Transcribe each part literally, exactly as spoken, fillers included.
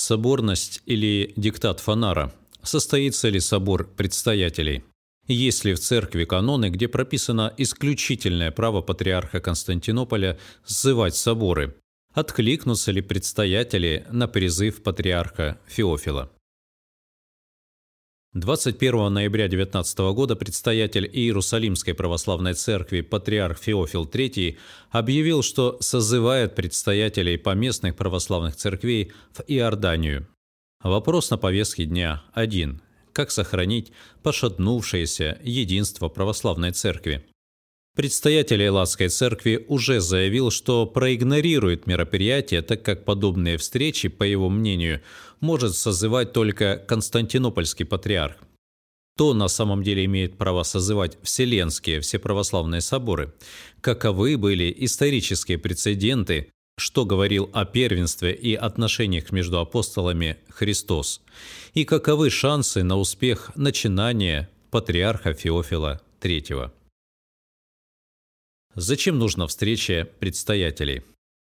Соборность или диктат Фанара. Состоится ли собор предстоятелей? Есть ли в церкви каноны, где прописано исключительное право патриарха Константинополя сзывать соборы? Откликнутся ли предстоятели на призыв патриарха Феофила? двадцать первого ноября две тысячи девятнадцатого года предстоятель Иерусалимской православной церкви патриарх Феофил третий объявил, что созывает предстоятелей поместных православных церквей в Иорданию. Вопрос на повестке дня один. Как сохранить пошатнувшееся единство православной церкви? Предстоятель Элладской церкви уже заявил, что проигнорирует мероприятие, так как подобные встречи, по его мнению, может созывать только Константинопольский патриарх. Кто на самом деле имеет право созывать вселенские всеправославные соборы? Каковы были исторические прецеденты, что говорил о первенстве и отношениях между апостолами Христос? И каковы шансы на успех начинания патриарха Феофила третьего? Зачем нужна встреча предстоятелей?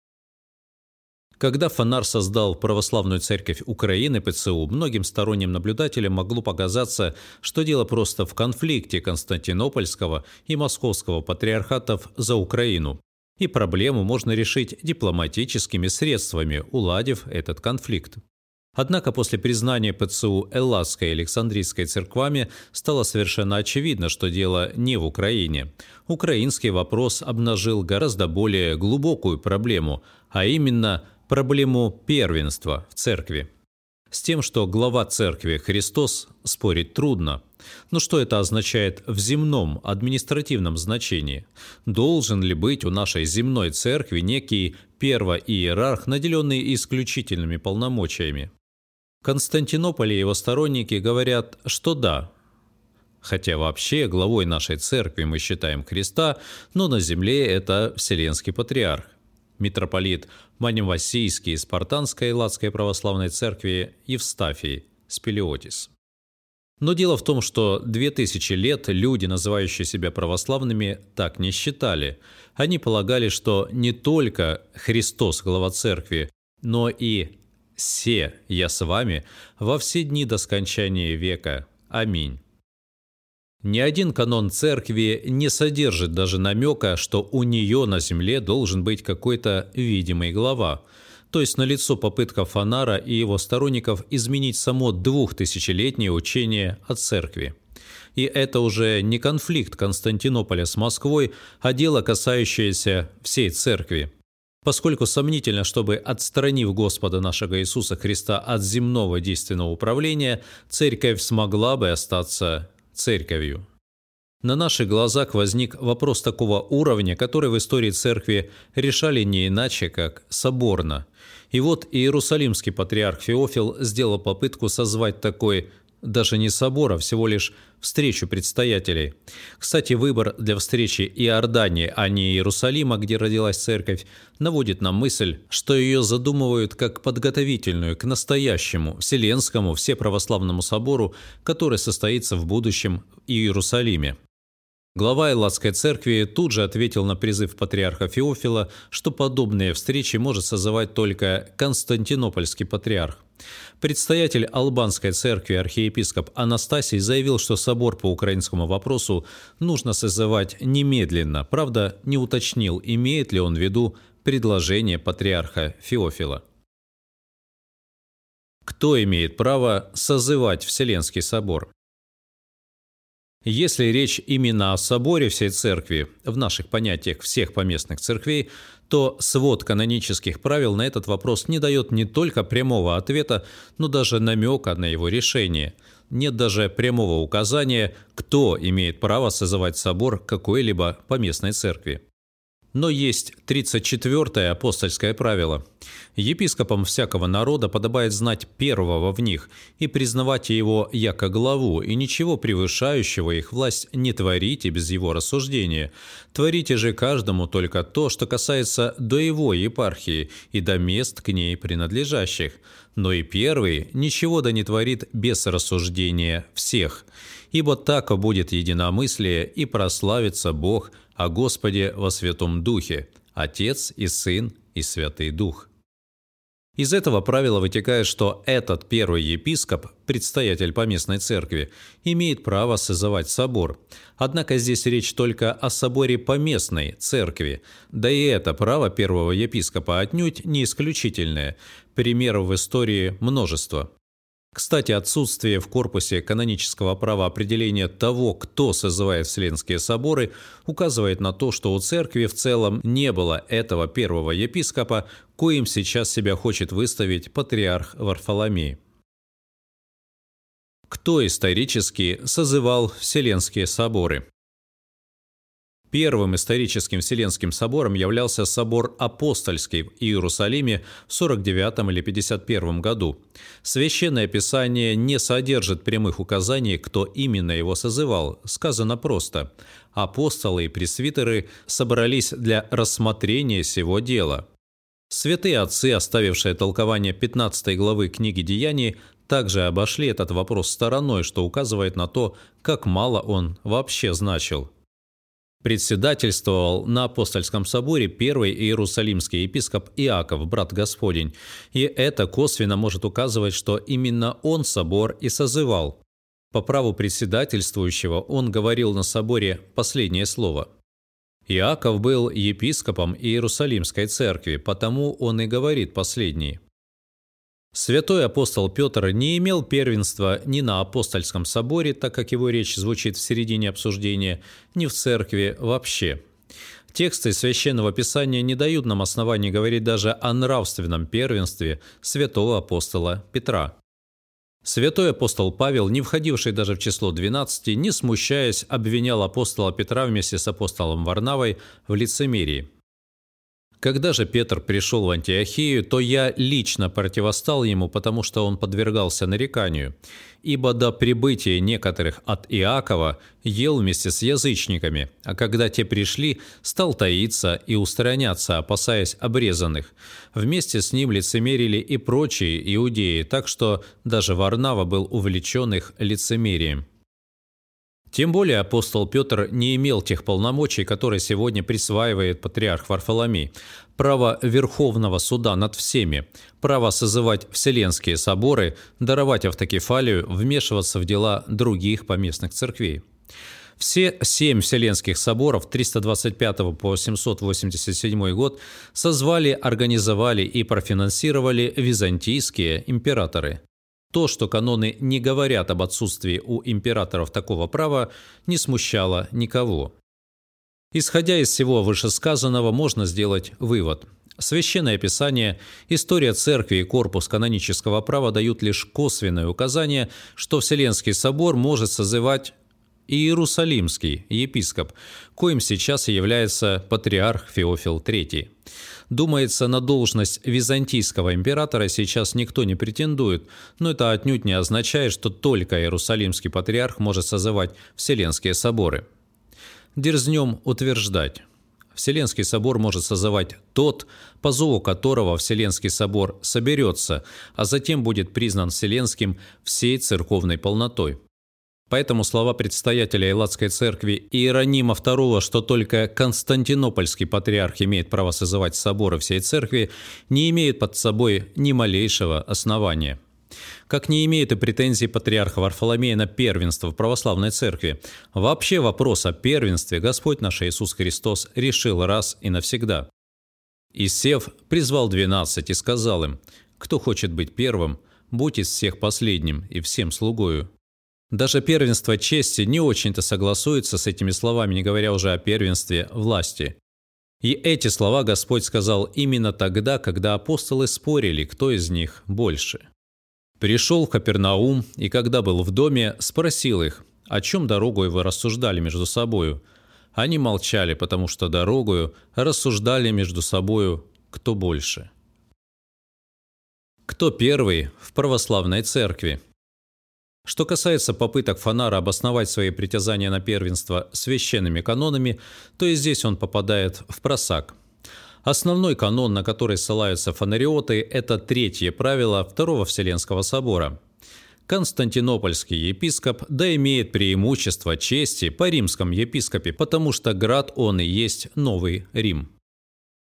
Когда Фанар создал Православную Церковь Украины, ПЦУ, многим сторонним наблюдателям могло показаться, что дело просто в конфликте Константинопольского и Московского патриархатов за Украину, и проблему можно решить дипломатическими средствами, уладив этот конфликт. Однако после признания ПЦУ Элладской и Александрийской церквами стало совершенно очевидно, что дело не в Украине. Украинский вопрос обнажил гораздо более глубокую проблему, а именно проблему первенства в церкви. С тем, что глава церкви Христос, спорить трудно. Но что это означает в земном административном значении? Должен ли быть у нашей земной церкви некий первоиерарх, наделенный исключительными полномочиями? В Константинополе его сторонники говорят, что да. Хотя вообще главой нашей церкви мы считаем Христа, но на земле это Вселенский Патриарх. Митрополит Маневосийский Спартанской Элладской православной церкви Евстафий Спелиотис. Но дело в том, что две тысячи лет люди, называющие себя православными, так не считали. Они полагали, что не только Христос глава церкви, но и «се я с вами во все дни до скончания века. Аминь». Ни один канон церкви не содержит даже намека, что у нее на земле должен быть какой-то видимый глава. То есть налицо попытка Фанара и его сторонников изменить само двухтысячелетнее учение о церкви. И это уже не конфликт Константинополя с Москвой, а дело, касающееся всей церкви. Поскольку сомнительно, чтобы, отстранив Господа нашего Иисуса Христа от земного действенного управления, церковь смогла бы остаться церковью. На наших глазах возник вопрос такого уровня, который в истории церкви решали не иначе, как соборно. И вот Иерусалимский патриарх Феофил сделал попытку созвать такой, даже не собор, а всего лишь встречу предстоятелей. Кстати, выбор для встречи Иордании, а не Иерусалима, где родилась церковь, наводит на мысль, что ее задумывают как подготовительную к настоящему Вселенскому Всеправославному собору, который состоится в будущем в Иерусалиме. Глава Элладской церкви тут же ответил на призыв патриарха Феофила, что подобные встречи может созывать только Константинопольский патриарх. Предстоятель Албанской церкви архиепископ Анастасий заявил, что собор по украинскому вопросу нужно созывать немедленно, правда, не уточнил, имеет ли он в виду предложение патриарха Феофила. Кто имеет право созывать Вселенский собор? Если речь именно о соборе всей церкви, в наших понятиях всех поместных церквей, то свод канонических правил на этот вопрос не дает не только прямого ответа, но даже намека на его решение. Нет даже прямого указания, кто имеет право созывать собор какой-либо поместной церкви. Но есть тридцать четвёртое апостольское правило. Епископам всякого народа подобает знать первого в них и признавать его яко главу, и ничего превышающего их власть не творите без его рассуждения. Творите же каждому только то, что касается до его епархии и до мест к ней принадлежащих. Но и первый ничего да не творит без рассуждения всех. Ибо так будет единомыслие, и прославится Бог о Господе во Святом Духе, Отец и Сын и Святый Дух. Из этого правила вытекает, что этот первый епископ, предстоятель поместной церкви, имеет право созывать собор. Однако здесь речь только о соборе поместной церкви, да и это право первого епископа отнюдь не исключительное, примеров в истории множество. Кстати, отсутствие в корпусе канонического права определения того, кто созывает Вселенские соборы, указывает на то, что у церкви в целом не было этого первого епископа, коим сейчас себя хочет выставить патриарх Варфоломей. Кто исторически созывал Вселенские соборы? Первым историческим Вселенским собором являлся собор Апостольский в Иерусалиме в сорок девятом или пятьдесят первом году. Священное Писание не содержит прямых указаний, кто именно его созывал. Сказано просто: апостолы и пресвитеры собрались для рассмотрения сего дела. Святые отцы, оставившие толкование пятнадцатой главы книги Деяний, также обошли этот вопрос стороной, что указывает на то, как мало он вообще значил. Председательствовал на апостольском соборе первый иерусалимский епископ Иаков, брат Господень, и это косвенно может указывать, что именно он собор и созывал. По праву председательствующего он говорил на соборе последнее слово. Иаков был епископом Иерусалимской церкви, потому он и говорит последнее. Святой апостол Петр не имел первенства ни на апостольском соборе, так как его речь звучит в середине обсуждения, ни в церкви вообще. Тексты Священного Писания не дают нам оснований говорить даже о нравственном первенстве святого апостола Петра. Святой апостол Павел, не входивший даже в число двенадцати, не смущаясь, обвинял апостола Петра вместе с апостолом Варнавой в лицемерии. Когда же Петр пришел в Антиохию, то я лично противостал ему, потому что он подвергался нареканию. Ибо до прибытия некоторых от Иакова ел вместе с язычниками, а когда те пришли, стал таиться и устраняться, опасаясь обрезанных. Вместе с ним лицемерили и прочие иудеи, так что даже Варнава был увлечен их лицемерием. Тем более апостол Петр не имел тех полномочий, которые сегодня присваивает патриарх Варфоломей. Право Верховного Суда над всеми, право созывать Вселенские соборы, даровать автокефалию, вмешиваться в дела других поместных церквей. Все семь Вселенских соборов триста двадцать пятого по семьсот восемьдесят седьмой год созвали, организовали и профинансировали византийские императоры. То, что каноны не говорят об отсутствии у императоров такого права, не смущало никого. Исходя из всего вышесказанного, можно сделать вывод. Священное Писание, история церкви и корпус канонического права дают лишь косвенное указание, что Вселенский собор может созывать Иерусалимский епископ, коим сейчас и является патриарх Феофил третий. Думается, на должность византийского императора сейчас никто не претендует, но это отнюдь не означает, что только Иерусалимский патриарх может созывать Вселенские соборы. Дерзнем утверждать: Вселенский собор может созывать тот, по зову которого Вселенский собор соберется, а затем будет признан Вселенским всей церковной полнотой. Поэтому слова предстоятеля Элладской церкви Иеронима второго, что только Константинопольский патриарх имеет право созывать соборы всей церкви, не имеют под собой ни малейшего основания. Как не имеет и претензий патриарха Варфоломея на первенство в православной церкви. Вообще вопрос о первенстве Господь наш Иисус Христос решил раз и навсегда. И сев, призвал двенадцать и сказал им: «Кто хочет быть первым, будь из всех последним и всем слугою». Даже первенство чести не очень-то согласуется с этими словами, не говоря уже о первенстве власти. И эти слова Господь сказал именно тогда, когда апостолы спорили, кто из них больше. Пришел в Капернаум, и когда был в доме, спросил их: «О чем дорогою вы рассуждали между собою?» Они молчали, потому что дорогою рассуждали между собою, кто больше. Кто первый в православной церкви? Что касается попыток Фанара обосновать свои притязания на первенство священными канонами, то и здесь он попадает в просак. Основной канон, на который ссылаются фанариоты, это третье правило Второго Вселенского собора. Константинопольский епископ да имеет преимущество чести по римском епископе, потому что град он и есть Новый Рим.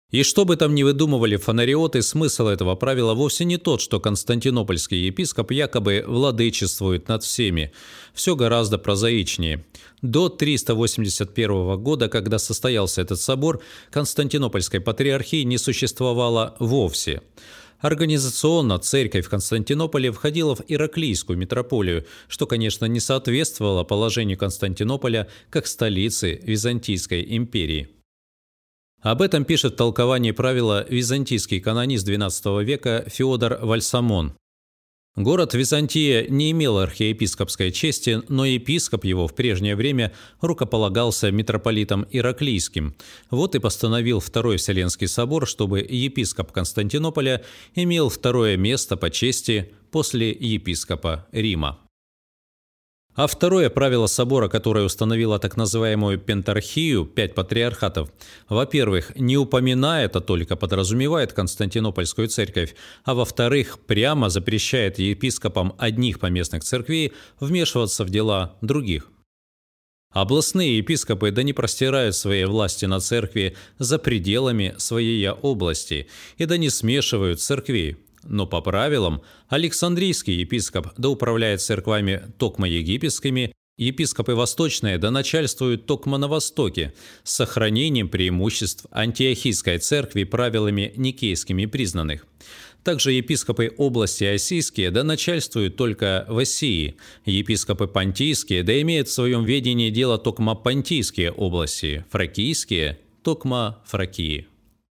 И что бы там ни выдумывали фонариоты, смысл этого правила вовсе не тот, что константинопольский епископ якобы владычествует над всеми. Все гораздо прозаичнее. До триста восемьдесят первого года, когда состоялся этот собор, Константинопольской патриархии не существовало вовсе. Организационно церковь в Константинополе входила в Ираклийскую митрополию, что, конечно, не соответствовало положению Константинополя как столицы Византийской империи. Об этом пишет в толковании правила византийский канонист двенадцатого века Феодор Вальсамон. Город Византия не имел архиепископской чести, но епископ его в прежнее время рукополагался митрополитом Ираклийским. Вот и постановил Второй Вселенский собор, чтобы епископ Константинополя имел второе место по чести после епископа Рима. А второе правило собора, которое установило так называемую пентархию, пять патриархатов, во-первых, не упоминает, а только подразумевает Константинопольскую церковь, а во-вторых, прямо запрещает епископам одних поместных церквей вмешиваться в дела других. Областные епископы да не простирают своей власти на церкви за пределами своей области и да не смешивают церквей. Но по правилам Александрийский епископ да управляет церквами токмо египетскими, епископы восточные да начальствуют токмо на востоке с сохранением преимуществ антиохийской церкви правилами никейскими признанных. Также епископы области Осийские да начальствуют только в Осии, епископы Понтийские да имеют в своем ведении дело токмо Понтийские области, Фракийские – токмо Фракии.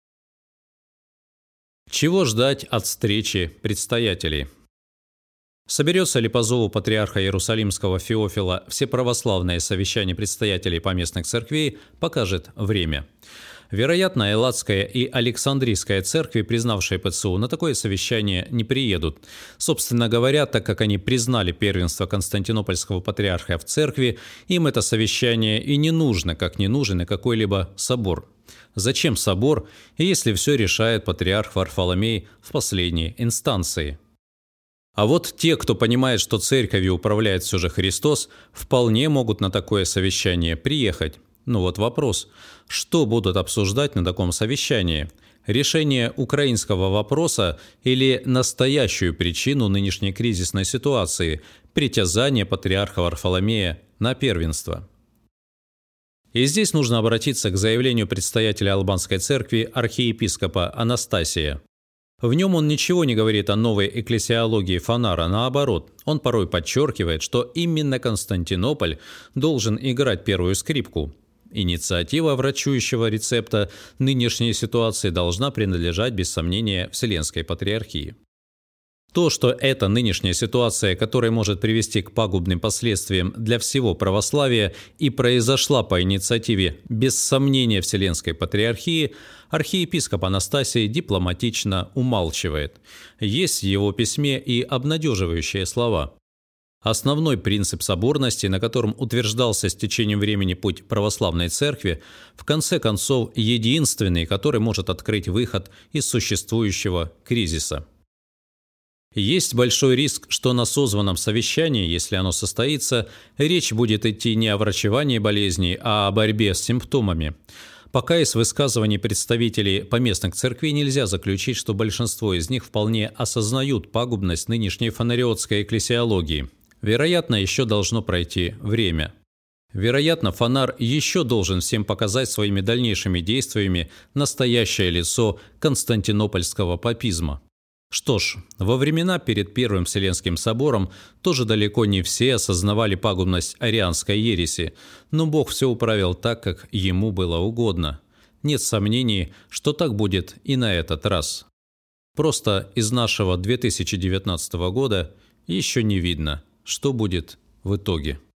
Чего ждать от встречи предстоятелей? Соберется ли по зову патриарха Иерусалимского Феофила всеправославное совещание предстоятелей поместных церквей, покажет время. Вероятно, Элладская и Александрийская церкви, признавшие ПЦУ, на такое совещание не приедут. Собственно говоря, так как они признали первенство Константинопольского патриарха в церкви, им это совещание и не нужно, как не нужен и какой-либо собор. Зачем собор, если все решает патриарх Варфоломей в последней инстанции? А вот те, кто понимает, что церковью управляет все же Христос, вполне могут на такое совещание приехать. Ну вот вопрос, что будут обсуждать на таком совещании? Решение украинского вопроса или настоящую причину нынешней кризисной ситуации – притязание патриарха Варфоломея на первенство? И здесь нужно обратиться к заявлению предстоятеля Албанской церкви архиепископа Анастасия. В нем он ничего не говорит о новой экклесиологии Фанара, наоборот, он порой подчеркивает, что именно Константинополь должен играть первую скрипку. Инициатива врачующего рецепта нынешней ситуации должна принадлежать, без сомнения, Вселенской Патриархии. То, что эта нынешняя ситуация, которая может привести к пагубным последствиям для всего православия, и произошла по инициативе, без сомнения, Вселенской Патриархии, архиепископ Анастасий дипломатично умалчивает. Есть в его письме и обнадеживающие слова. Основной принцип соборности, на котором утверждался с течением времени путь православной церкви, в конце концов единственный, который может открыть выход из существующего кризиса. Есть большой риск, что на созванном совещании, если оно состоится, речь будет идти не о врачевании болезней, а о борьбе с симптомами. Пока из высказываний представителей поместных церквей нельзя заключить, что большинство из них вполне осознают пагубность нынешней фонариотской экклесиологии. Вероятно, еще должно пройти время. Вероятно, Фанар еще должен всем показать своими дальнейшими действиями настоящее лицо константинопольского папизма. Что ж, во времена перед Первым Вселенским собором тоже далеко не все осознавали пагубность арианской ереси, но Бог все управил так, как ему было угодно. Нет сомнений, что так будет и на этот раз. Просто из нашего две тысячи девятнадцатого года еще не видно, что будет в итоге.